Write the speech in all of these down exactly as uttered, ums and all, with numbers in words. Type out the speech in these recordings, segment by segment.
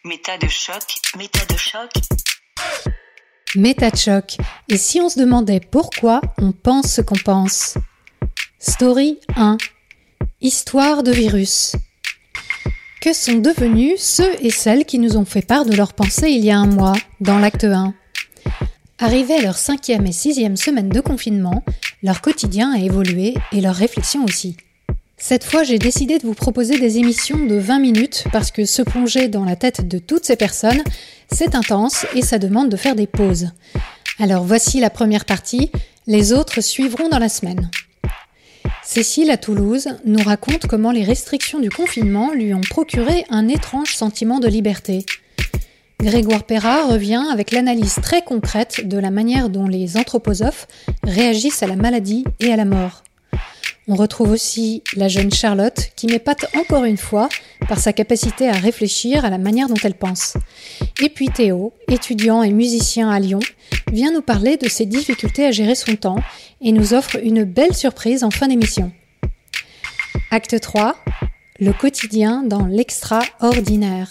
Méta de choc, méta de choc. Méta de choc. Et si on se demandait pourquoi on pense ce qu'on pense? Story un. Histoire de virus. Que sont devenus ceux et celles qui nous ont fait part de leurs pensées il y a un mois, dans l'acte un? Arrivés à leur cinquième et sixième semaine de confinement, leur quotidien a évolué et leur réflexion aussi. Cette fois, j'ai décidé de vous proposer des émissions de vingt minutes parce que se plonger dans la tête de toutes ces personnes, c'est intense et ça demande de faire des pauses. Alors voici la première partie, les autres suivront dans la semaine. Cécile, à Toulouse, nous raconte comment les restrictions du confinement lui ont procuré un étrange sentiment de liberté. Grégoire Perra revient avec l'analyse très concrète de la manière dont les anthroposophes réagissent à la maladie et à la mort. On retrouve aussi la jeune Charlotte qui m'épate encore une fois par sa capacité à réfléchir à la manière dont elle pense. Et puis Théo, étudiant et musicien à Lyon, vient nous parler de ses difficultés à gérer son temps et nous offre une belle surprise en fin d'émission. Acte trois, le quotidien dans l'extraordinaire.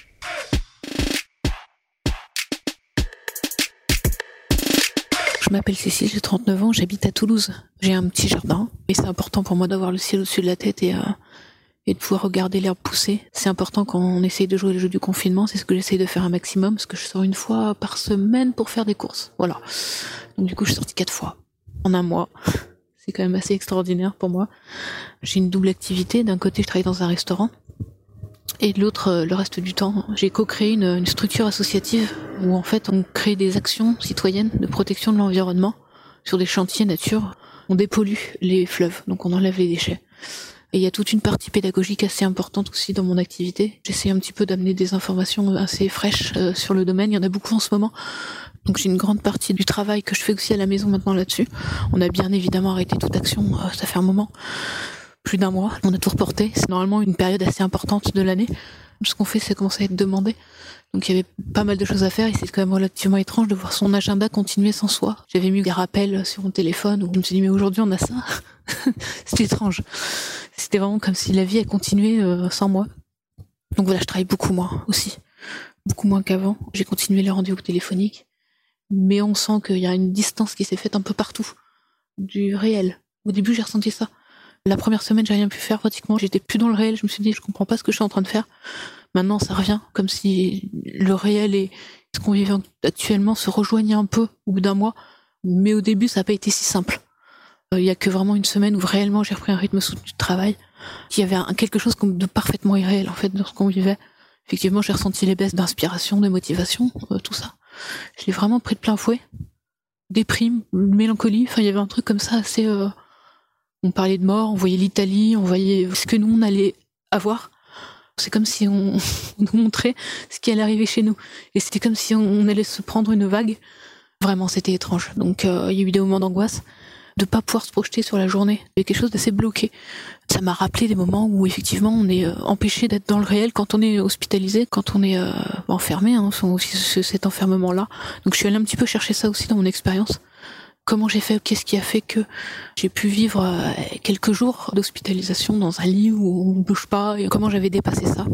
Je m'appelle Cécile, j'ai trente-neuf ans, j'habite à Toulouse. J'ai un petit jardin et c'est important pour moi d'avoir le ciel au-dessus de la tête et, euh, et de pouvoir regarder l'herbe pousser. C'est important quand on essaye de jouer le jeu du confinement, c'est ce que j'essaye de faire un maximum, parce que je sors une fois par semaine pour faire des courses. Voilà. Donc du coup, je suis sortie quatre fois en un mois. C'est quand même assez extraordinaire pour moi. J'ai une double activité. D'un côté, je travaille dans un restaurant. Et de l'autre, le reste du temps, j'ai co-créé une, une structure associative où en fait on crée des actions citoyennes de protection de l'environnement sur des chantiers nature. On dépollue les fleuves, donc on enlève les déchets. Et il y a toute une partie pédagogique assez importante aussi dans mon activité. J'essaie un petit peu d'amener des informations assez fraîches euh, sur le domaine. Il y en a beaucoup en ce moment. Donc j'ai une grande partie du travail que je fais aussi à la maison maintenant là-dessus. On a bien évidemment arrêté toute action, euh, ça fait un moment. Plus d'un mois, on a tout reporté. C'est normalement une période assez importante de l'année. Ce qu'on fait, c'est commencer à être demandé. Donc il y avait pas mal de choses à faire et c'est quand même relativement étrange de voir son agenda continuer sans soi. J'avais mis des rappels sur mon téléphone où je me suis dit mais aujourd'hui on a ça. C'était étrange. C'était vraiment comme si la vie a continué euh, sans moi. Donc voilà, je travaille beaucoup moins aussi. Beaucoup moins qu'avant. J'ai continué les rendez-vous téléphoniques. Mais on sent qu'il y a une distance qui s'est faite un peu partout. Du réel. Au début j'ai ressenti ça. La première semaine, j'ai rien pu faire pratiquement. J'étais plus dans le réel. Je me suis dit, je comprends pas ce que je suis en train de faire. Maintenant, ça revient comme si le réel et ce qu'on vivait actuellement se rejoignaient un peu au bout d'un mois. Mais au début, ça n'a pas été si simple. Il y a que vraiment une semaine où réellement j'ai repris un rythme soutenu de travail. Il y avait un, quelque chose de parfaitement irréel en fait dans ce qu'on vivait. Effectivement, j'ai ressenti les baisses d'inspiration, de motivation, euh, tout ça. Je l'ai vraiment pris de plein fouet. Déprime, mélancolie. Enfin, il y avait un truc comme ça assez. Euh, On parlait de mort, on voyait l'Italie, on voyait ce que nous, on allait avoir. C'est comme si on, on nous montrait ce qui allait arriver chez nous. Et c'était comme si on, on allait se prendre une vague. Vraiment, c'était étrange. Donc, euh, il y a eu des moments d'angoisse, de pas pouvoir se projeter sur la journée. Il y avait quelque chose d'assez bloqué. Ça m'a rappelé des moments où, effectivement, on est euh, empêché d'être dans le réel quand on est hospitalisé, quand on est euh, enfermé, hein, aussi cet enfermement-là. Donc, je suis allée un petit peu chercher ça aussi dans mon expérience. Comment j'ai fait, qu'est-ce qui a fait que j'ai pu vivre quelques jours d'hospitalisation dans un lit où on ne bouge pas et comment j'avais dépassé ça.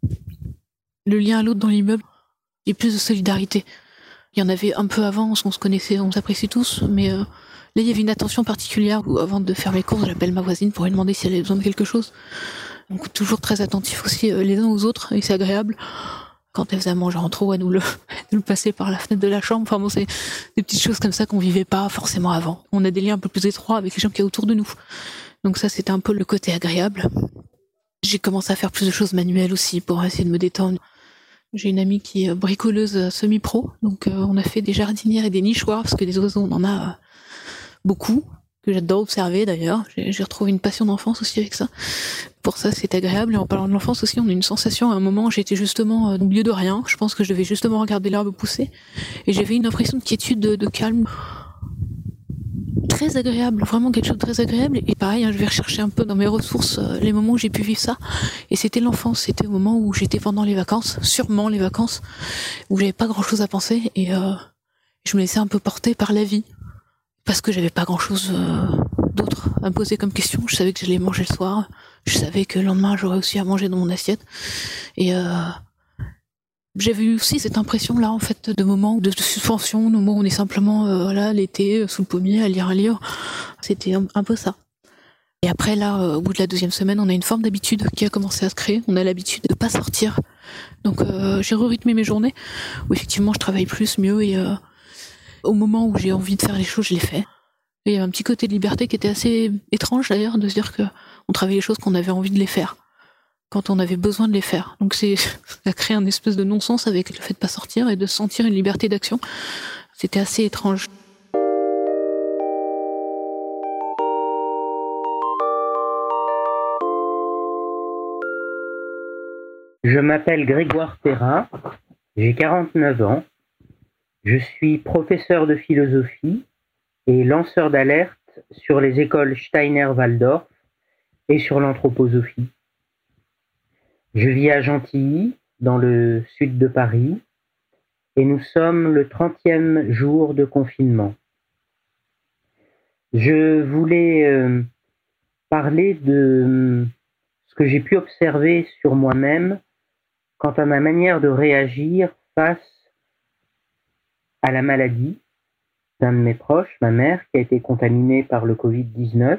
Le lien à l'autre dans l'immeuble, il y a plus de solidarité. Il y en avait un peu avant, on se connaissait, on s'apprécie tous, mais euh, là il y avait une attention particulière où avant de faire mes courses, j'appelle ma voisine pour lui demander si elle avait besoin de quelque chose. Donc toujours très attentifs aussi euh, les uns aux autres et c'est agréable. Quand elle faisait à manger en trop, à nous le, nous le passer par la fenêtre de la chambre. Enfin bon, c'est des petites choses comme ça qu'on vivait pas forcément avant. On a des liens un peu plus étroits avec les gens qui sont autour de nous. Donc ça, c'était un peu le côté agréable. J'ai commencé à faire plus de choses manuelles aussi pour essayer de me détendre. J'ai une amie qui est bricoleuse semi-pro. Donc euh, on a fait des jardinières et des nichoirs parce que des oiseaux, on en a euh, beaucoup. Que j'adore observer d'ailleurs. J'ai, j'ai retrouvé une passion d'enfance aussi avec ça. Pour ça, c'est agréable. Et en parlant de l'enfance aussi, on a une sensation. À un moment, j'étais justement euh, au milieu de rien. Je pense que je devais justement regarder l'herbe pousser. Et j'avais une impression de quiétude, de, de calme. Très agréable. Vraiment quelque chose de très agréable. Et pareil, hein, je vais rechercher un peu dans mes ressources euh, les moments où j'ai pu vivre ça. Et c'était l'enfance. C'était au moment où j'étais pendant les vacances. Sûrement les vacances. Où j'avais pas grand chose à penser. Et euh, je me laissais un peu porter par la vie. Parce que j'avais pas grand chose euh, d'autre à me poser comme question. Je savais que j'allais manger le soir. Je savais que le lendemain j'aurais aussi à manger dans mon assiette. Et, euh, J'avais eu aussi cette impression-là, en fait, de moments de suspension, de moments où on est simplement, euh, voilà, l'été, sous le pommier, à lire un livre. C'était un, un peu ça. Et après, là, euh, au bout de la deuxième semaine, on a une forme d'habitude qui a commencé à se créer. On a l'habitude de pas sortir. Donc, euh, j'ai re-rythmé mes journées, où effectivement, je travaille plus, mieux, et euh, au moment où j'ai envie de faire les choses, je les fais. Et il y a un petit côté de liberté qui était assez étrange, d'ailleurs, de se dire que on travaillait les choses qu'on avait envie de les faire, quand on avait besoin de les faire. Donc c'est, ça a créé un espèce de non-sens avec le fait de pas sortir et de sentir une liberté d'action. C'était assez étrange. Je m'appelle Grégoire Perrin, j'ai quarante-neuf ans, je suis professeur de philosophie et lanceur d'alerte sur les écoles Steiner-Waldorf et sur l'anthroposophie. Je vis à Gentilly, dans le sud de Paris, et nous sommes le trentième jour de confinement. Je voulais euh, parler de ce que j'ai pu observer sur moi-même quant à ma manière de réagir face à la maladie d'un de mes proches, ma mère, qui a été contaminée par le covid dix-neuf.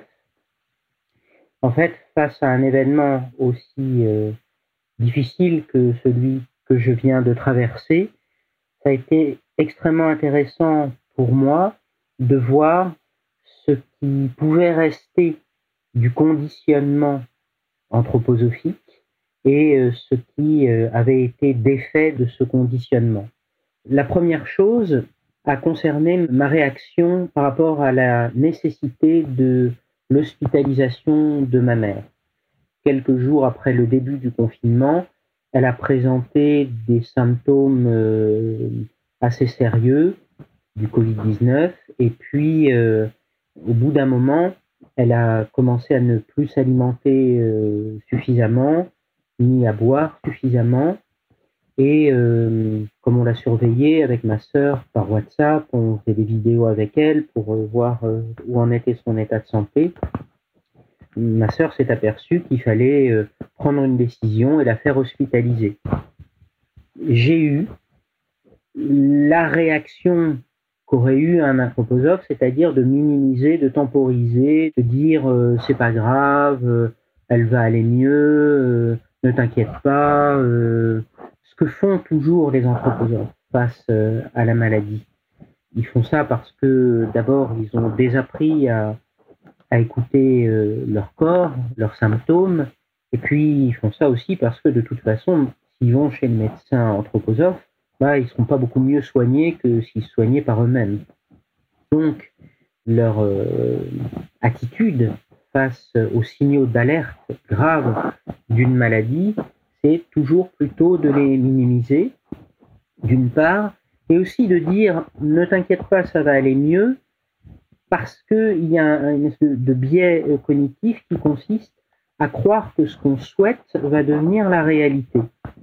En fait, face à un événement aussi euh, difficile que celui que je viens de traverser, ça a été extrêmement intéressant pour moi de voir ce qui pouvait rester du conditionnement anthroposophique et euh, ce qui euh, avait été défait de ce conditionnement. La première chose a concerné ma réaction par rapport à la nécessité de l'hospitalisation de ma mère. Quelques jours après le début du confinement, elle a présenté des symptômes euh, assez sérieux du covid dix-neuf et puis euh, au bout d'un moment, elle a commencé à ne plus s'alimenter euh, suffisamment ni à boire suffisamment et euh, comme on l'a surveillée avec ma sœur par WhatsApp, on fait des vidéos avec elle pour euh, voir euh, où en était son état de santé. Ma sœur s'est aperçue qu'il fallait euh, prendre une décision et la faire hospitaliser. J'ai eu la réaction qu'aurait eu un anthroposophe, c'est-à-dire de minimiser, de temporiser, de dire euh, c'est pas grave, euh, elle va aller mieux, euh, ne t'inquiète pas, euh, ce que font toujours les anthroposophes face euh, à la maladie. Ils font ça parce que d'abord ils ont désappris à à écouter euh, leur corps, leurs symptômes, et puis ils font ça aussi parce que de toute façon, s'ils vont chez le médecin anthroposophe, bah, ils ne seront pas beaucoup mieux soignés que s'ils se soignaient par eux-mêmes. Donc, leur euh, attitude face aux signaux d'alerte graves d'une maladie, c'est toujours plutôt de les minimiser, d'une part, et aussi de dire « ne t'inquiète pas, ça va aller mieux », parce qu'il y a un, un espèce de biais cognitif qui consiste à croire que ce qu'on souhaite va devenir la réalité.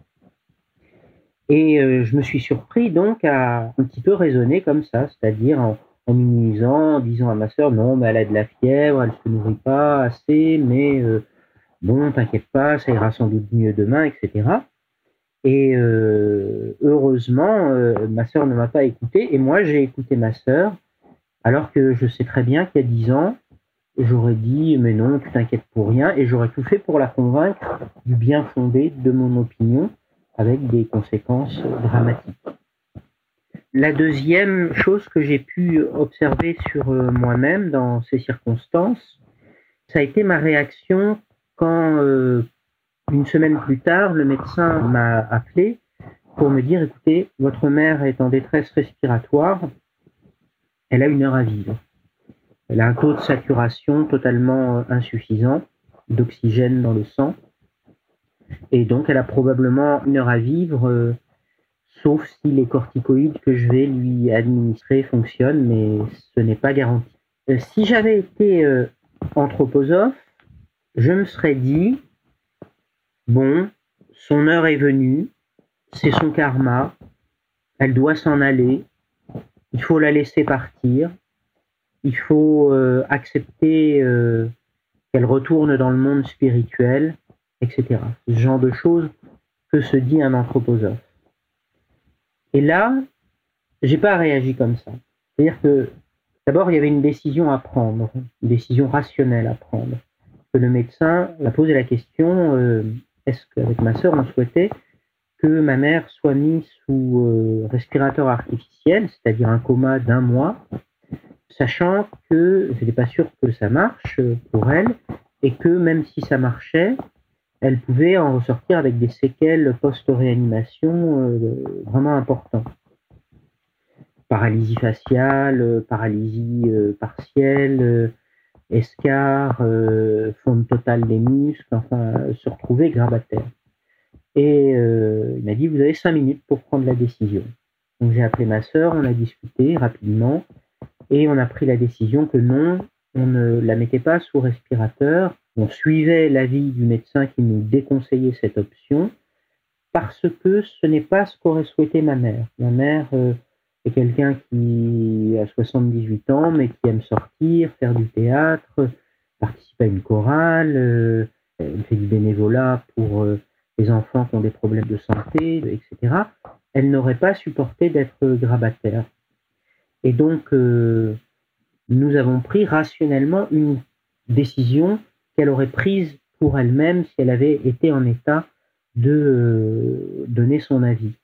Et euh, je me suis surpris donc à un petit peu raisonner comme ça, c'est-à-dire en, en minimisant, en disant à ma sœur, non, mais elle a de la fièvre, elle ne se nourrit pas assez, mais euh, bon, t'inquiète pas, ça ira sans doute mieux demain, et cetera. Et euh, heureusement, euh, ma sœur ne m'a pas écouté, et moi j'ai écouté ma sœur, alors que je sais très bien qu'il y a dix ans, j'aurais dit « mais non, tu t'inquiètes pour rien » et j'aurais tout fait pour la convaincre du bien fondé de mon opinion avec des conséquences dramatiques. La deuxième chose que j'ai pu observer sur moi-même dans ces circonstances, ça a été ma réaction quand, euh, une semaine plus tard, le médecin m'a appelé pour me dire « écoutez, votre mère est en détresse respiratoire, elle a une heure à vivre. Elle a un taux de saturation totalement insuffisant d'oxygène dans le sang. Et donc, elle a probablement une heure à vivre, euh, sauf si les corticoïdes que je vais lui administrer fonctionnent, mais ce n'est pas garanti. Euh, si j'avais été euh, anthroposophe, je me serais dit, bon, son heure est venue, c'est son karma, elle doit s'en aller, il faut la laisser partir, il faut euh, accepter euh, qu'elle retourne dans le monde spirituel, et cetera. Ce genre de choses que se dit un anthroposophe. Et là, j'ai pas réagi comme ça. C'est-à-dire que d'abord, il y avait une décision à prendre, une décision rationnelle à prendre. Que le médecin a posé la question, euh, est-ce qu'avec ma sœur, on souhaitait que ma mère soit mise sous euh, respirateur artificiel, c'est-à-dire un coma d'un mois, sachant que je n'étais pas sûr que ça marche pour elle, et que même si ça marchait, elle pouvait en ressortir avec des séquelles post-réanimation euh, vraiment importantes. Paralysie faciale, paralysie euh, partielle, euh, escarre, euh, fonte totale des muscles, enfin, se retrouver grabataire. Et euh, il m'a dit, vous avez cinq minutes pour prendre la décision. Donc j'ai appelé ma sœur, on a discuté rapidement, et on a pris la décision que non, on ne la mettait pas sous respirateur. On suivait l'avis du médecin qui nous déconseillait cette option, parce que ce n'est pas ce qu'aurait souhaité ma mère. Ma mère euh, est quelqu'un qui a soixante-dix-huit ans, mais qui aime sortir, faire du théâtre, participer à une chorale, euh, elle fait du bénévolat pour euh, les enfants qui ont des problèmes de santé, et cetera. Elle n'aurait pas supporté d'être grabataire. Et donc, euh, nous avons pris rationnellement une décision qu'elle aurait prise pour elle-même si elle avait été en état de euh, donner son avis.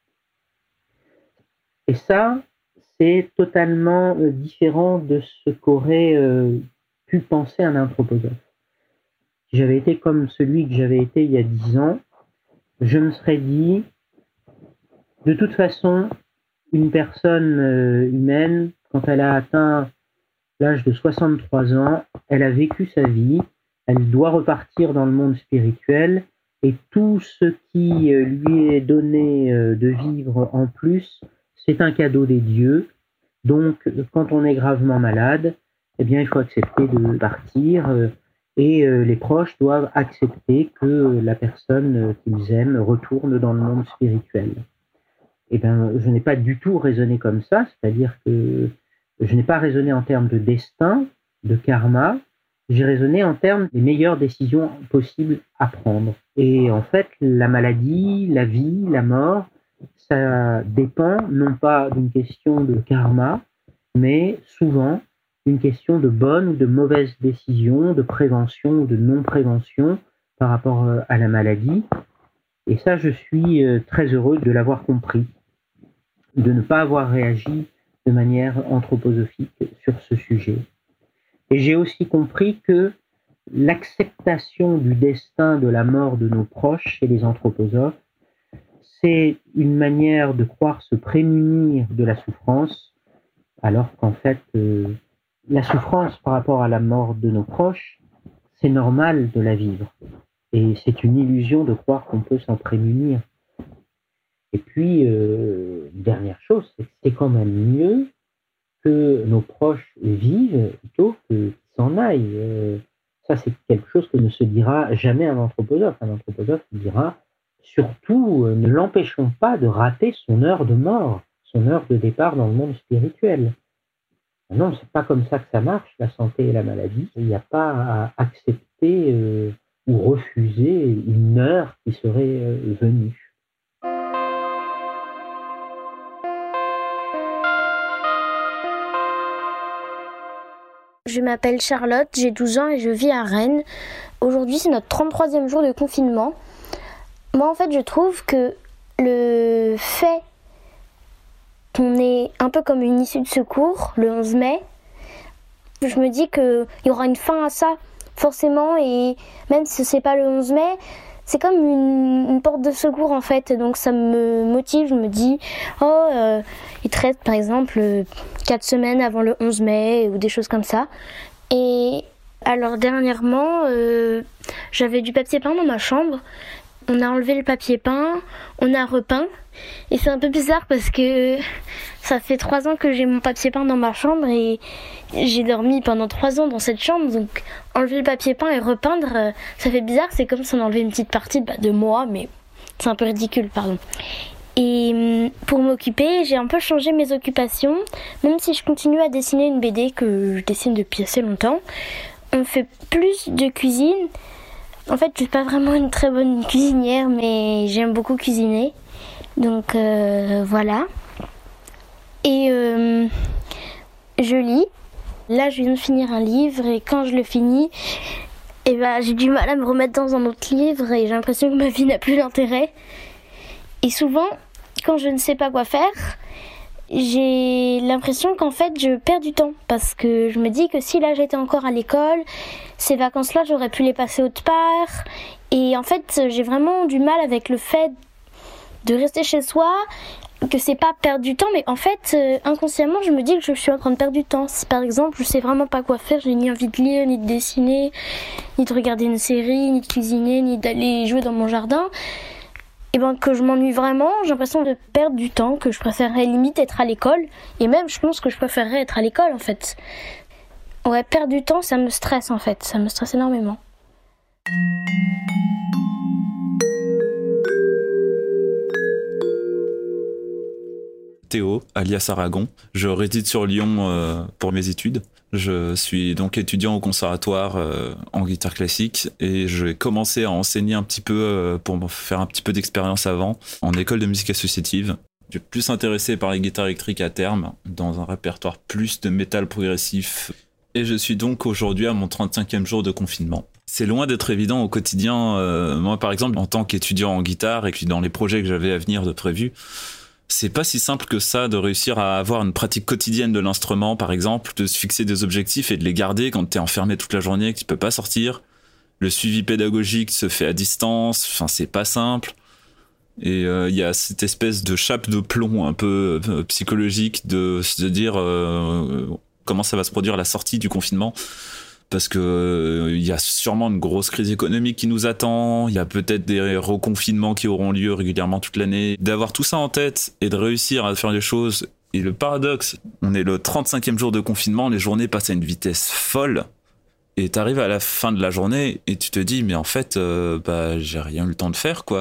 Et ça, c'est totalement euh, différent de ce qu'aurait euh, pu penser un anthroposophe. Si j'avais été comme celui que j'avais été il y a dix ans, je me serais dit, de toute façon, une personne euh, humaine, quand elle a atteint l'âge de soixante-trois ans, elle a vécu sa vie, elle doit repartir dans le monde spirituel, et tout ce qui euh, lui est donné euh, de vivre en plus, c'est un cadeau des dieux. Donc, quand on est gravement malade, eh bien, il faut accepter de partir, euh, et euh, les proches doivent accepter que la personne euh, qu'ils aiment retourne dans le monde spirituel. Eh bien, je n'ai pas du tout raisonné comme ça, c'est-à-dire que je n'ai pas raisonné en termes de destin, de karma, j'ai raisonné en termes des meilleures décisions possibles à prendre. Et en fait, la maladie, la vie, la mort, ça dépend non pas d'une question de karma, mais souvent d'une question de bonne ou de mauvaise décision, de prévention ou de non-prévention par rapport à la maladie. Et ça, je suis très heureux de l'avoir compris, de ne pas avoir réagi de manière anthroposophique sur ce sujet. Et j'ai aussi compris que l'acceptation du destin de la mort de nos proches chez les anthroposophes, c'est une manière de croire se prémunir de la souffrance, alors qu'en fait, euh, la souffrance par rapport à la mort de nos proches, c'est normal de la vivre. Et c'est une illusion de croire qu'on peut s'en prémunir. Et puis, euh, dernière chose, c'est que c'est quand même mieux que nos proches vivent plutôt qu'ils s'en aillent. Euh, ça, c'est quelque chose que ne se dira jamais un anthroposophe. Un anthroposophe dira, surtout, euh, ne l'empêchons pas de rater son heure de mort, son heure de départ dans le monde spirituel. Non, c'est pas comme ça que ça marche, la santé et la maladie. Il n'y a pas à accepter euh, ou refuser une heure qui serait euh, venue. Je m'appelle Charlotte, j'ai douze ans et je vis à Rennes. Aujourd'hui, c'est notre trente-troisième jour de confinement. Moi, en fait, je trouve que le fait qu'on est un peu comme une issue de secours, le onze mai, je me dis qu'il y aura une fin à ça, forcément, et même si ce n'est pas le onze mai, c'est comme une, une porte de secours, en fait. Donc ça me motive, je me dis, oh, euh, il te reste, par exemple, quatre semaines avant le onze mai, ou des choses comme ça. Et alors, dernièrement, euh, j'avais du papier peint dans ma chambre. On a enlevé le papier peint, on a repeint. Et c'est un peu bizarre parce que ça fait trois ans que j'ai mon papier peint dans ma chambre et j'ai dormi pendant trois ans dans cette chambre. Donc enlever le papier peint et repeindre, ça fait bizarre. C'est comme si on enlevait une petite partie bah, de moi, mais c'est un peu ridicule, pardon. Et pour m'occuper, j'ai un peu changé mes occupations. Même si je continue à dessiner une B D que je dessine depuis assez longtemps, on fait plus de cuisine. En fait, je suis pas vraiment une très bonne cuisinière, mais j'aime beaucoup cuisiner. Donc euh, voilà. et euh, je lis. Là, je viens de finir un livre et quand je le finis, et ben, j'ai du mal à me remettre dans un autre livre et j'ai l'impression que ma vie n'a plus d'intérêt. Et souvent, quand je ne sais pas quoi faire, j'ai l'impression qu'en fait je perds du temps parce que je me dis que si là j'étais encore à l'école, ces vacances-là j'aurais pu les passer autre part. Et en fait j'ai vraiment du mal avec le fait de rester chez soi, que c'est pas perdre du temps, mais en fait euh, inconsciemment je me dis que je suis en train de perdre du temps. Si par exemple je sais vraiment pas quoi faire, j'ai ni envie de lire, ni de dessiner, ni de regarder une série, ni de cuisiner, ni d'aller jouer dans mon jardin, et ben que je m'ennuie vraiment, j'ai l'impression de perdre du temps, que je préférerais limite être à l'école, et même je pense que je préférerais être à l'école en fait. Ouais, perdre du temps, ça me stresse en fait, ça me stresse énormément. Théo, alias Aragon. Je réside sur Lyon euh, pour mes études. Je suis donc étudiant au conservatoire euh, en guitare classique et j'ai commencé à enseigner un petit peu euh, pour me faire un petit peu d'expérience avant en école de musique associative. Je suis plus intéressé par les guitares électriques à terme, dans un répertoire plus de métal progressif. Et je suis donc aujourd'hui à mon trente-cinquième jour de confinement. C'est loin d'être évident au quotidien. Euh, moi par exemple, en tant qu'étudiant en guitare et puis dans les projets que j'avais à venir de prévu, c'est pas si simple que ça de réussir à avoir une pratique quotidienne de l'instrument, par exemple, de se fixer des objectifs et de les garder quand t'es enfermé toute la journée et que tu peux pas sortir. Le suivi pédagogique se fait à distance, enfin c'est pas simple. Et il euh, y a cette espèce de chape de plomb un peu euh, psychologique de se dire euh, comment ça va se produire la sortie du confinement. Parce que il euh, y a sûrement une grosse crise économique qui nous attend, il y a peut-être des reconfinements qui auront lieu régulièrement toute l'année. D'avoir tout ça en tête et de réussir à faire les choses, et le paradoxe, on est le trente-cinquième jour de confinement, les journées passent à une vitesse folle, et t'arrives à la fin de la journée et tu te dis mais en fait, euh, bah j'ai rien eu le temps de faire quoi.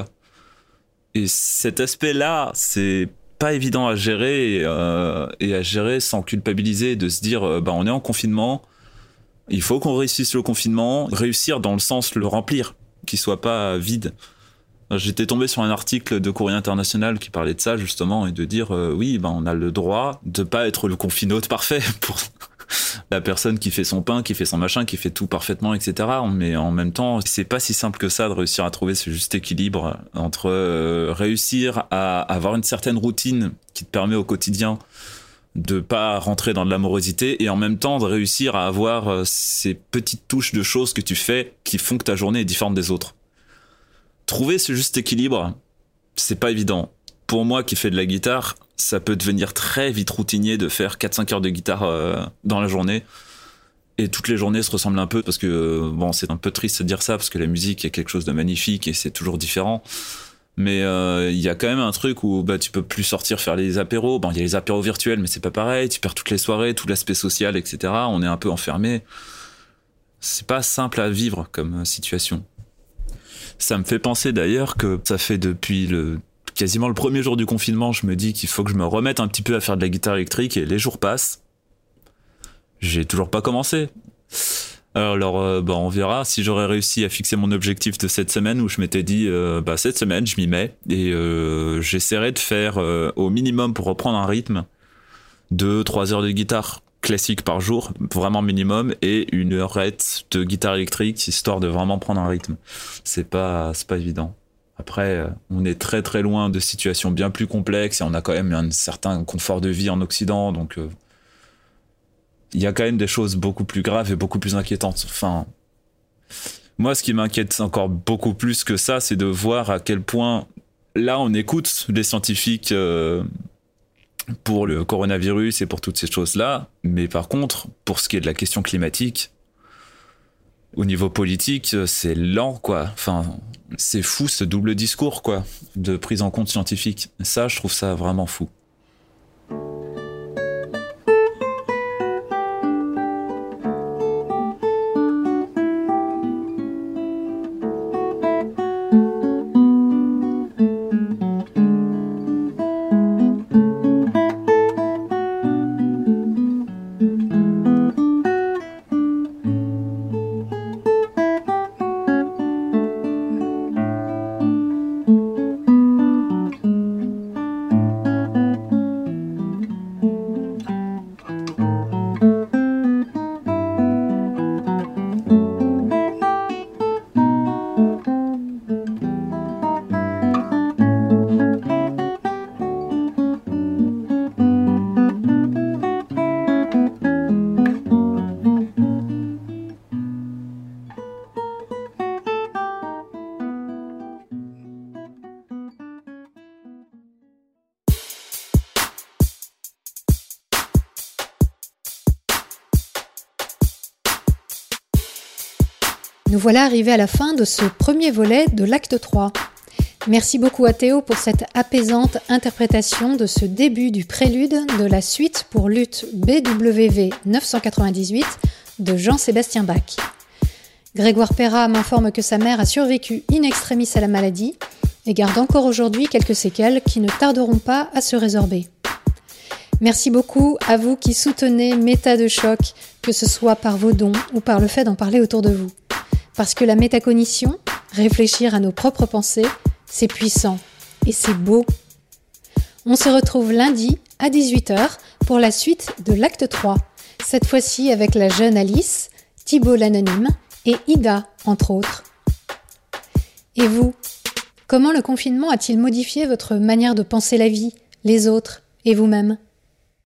Et cet aspect-là, c'est pas évident à gérer et, euh, et à gérer sans culpabiliser, de se dire euh, bah on est en confinement. Il faut qu'on réussisse le confinement, réussir dans le sens le remplir, qu'il soit pas vide. J'étais tombé sur un article de Courrier International qui parlait de ça justement et de dire euh, oui, ben on a le droit de pas être le confinote parfait pour la personne qui fait son pain, qui fait son machin, qui fait tout parfaitement, et cetera. Mais en même temps, c'est pas si simple que ça de réussir à trouver ce juste équilibre entre euh, réussir à avoir une certaine routine qui te permet au quotidien de pas rentrer dans de l'amorosité et en même temps de réussir à avoir euh, ces petites touches de choses que tu fais qui font que ta journée est différente des autres. Trouver ce juste équilibre, c'est pas évident. Pour moi qui fais de la guitare, ça peut devenir très vite routinier de faire quatre cinq heures de guitare euh, dans la journée. Et toutes les journées se ressemblent un peu parce que, euh, bon, c'est un peu triste de dire ça parce que la musique est quelque chose de magnifique et c'est toujours différent. Mais il euh, y a quand même un truc où bah, tu peux plus sortir faire les apéros. Bon, il y a les apéros virtuels, mais c'est pas pareil. Tu perds toutes les soirées, tout l'aspect social, et cetera. On est un peu enfermé. C'est pas simple à vivre comme situation. Ça me fait penser d'ailleurs que ça fait depuis le quasiment le premier jour du confinement, je me dis qu'il faut que je me remette un petit peu à faire de la guitare électrique et les jours passent. J'ai toujours pas commencé. Alors, euh, bah, on verra si j'aurais réussi à fixer mon objectif de cette semaine où je m'étais dit, euh, bah, cette semaine, je m'y mets et euh, j'essaierai de faire euh, au minimum pour reprendre un rythme deux trois heures de guitare classique par jour, vraiment minimum, et une heurette de guitare électrique histoire de vraiment prendre un rythme. C'est pas, c'est pas évident. Après, on est très très loin de situations bien plus complexes et on a quand même un certain confort de vie en Occident, donc euh, il y a quand même des choses beaucoup plus graves et beaucoup plus inquiétantes. Enfin, moi, ce qui m'inquiète encore beaucoup plus que ça, c'est de voir à quel point, là, on écoute les scientifiques euh, pour le coronavirus et pour toutes ces choses-là, mais par contre, pour ce qui est de la question climatique, au niveau politique, c'est lent, quoi. Enfin, c'est fou, ce double discours, quoi, de prise en compte scientifique. Ça, je trouve ça vraiment fou. Nous voilà arrivés à la fin de ce premier volet de l'acte trois. Merci beaucoup à Théo pour cette apaisante interprétation de ce début du prélude de la suite pour luth B W V neuf cent quatre-vingt-dix-huit de Jean-Sébastien Bach. Grégoire Perra m'informe que sa mère a survécu in extremis à la maladie et garde encore aujourd'hui quelques séquelles qui ne tarderont pas à se résorber. Merci beaucoup à vous qui soutenez Méta de choc, que ce soit par vos dons ou par le fait d'en parler autour de vous. Parce que la métacognition, réfléchir à nos propres pensées, c'est puissant et c'est beau. On se retrouve lundi à dix-huit heures pour la suite de l'acte trois, cette fois-ci avec la jeune Alice, Thibault l'anonyme et Ida, entre autres. Et vous, comment le confinement a-t-il modifié votre manière de penser la vie, les autres et vous-même ?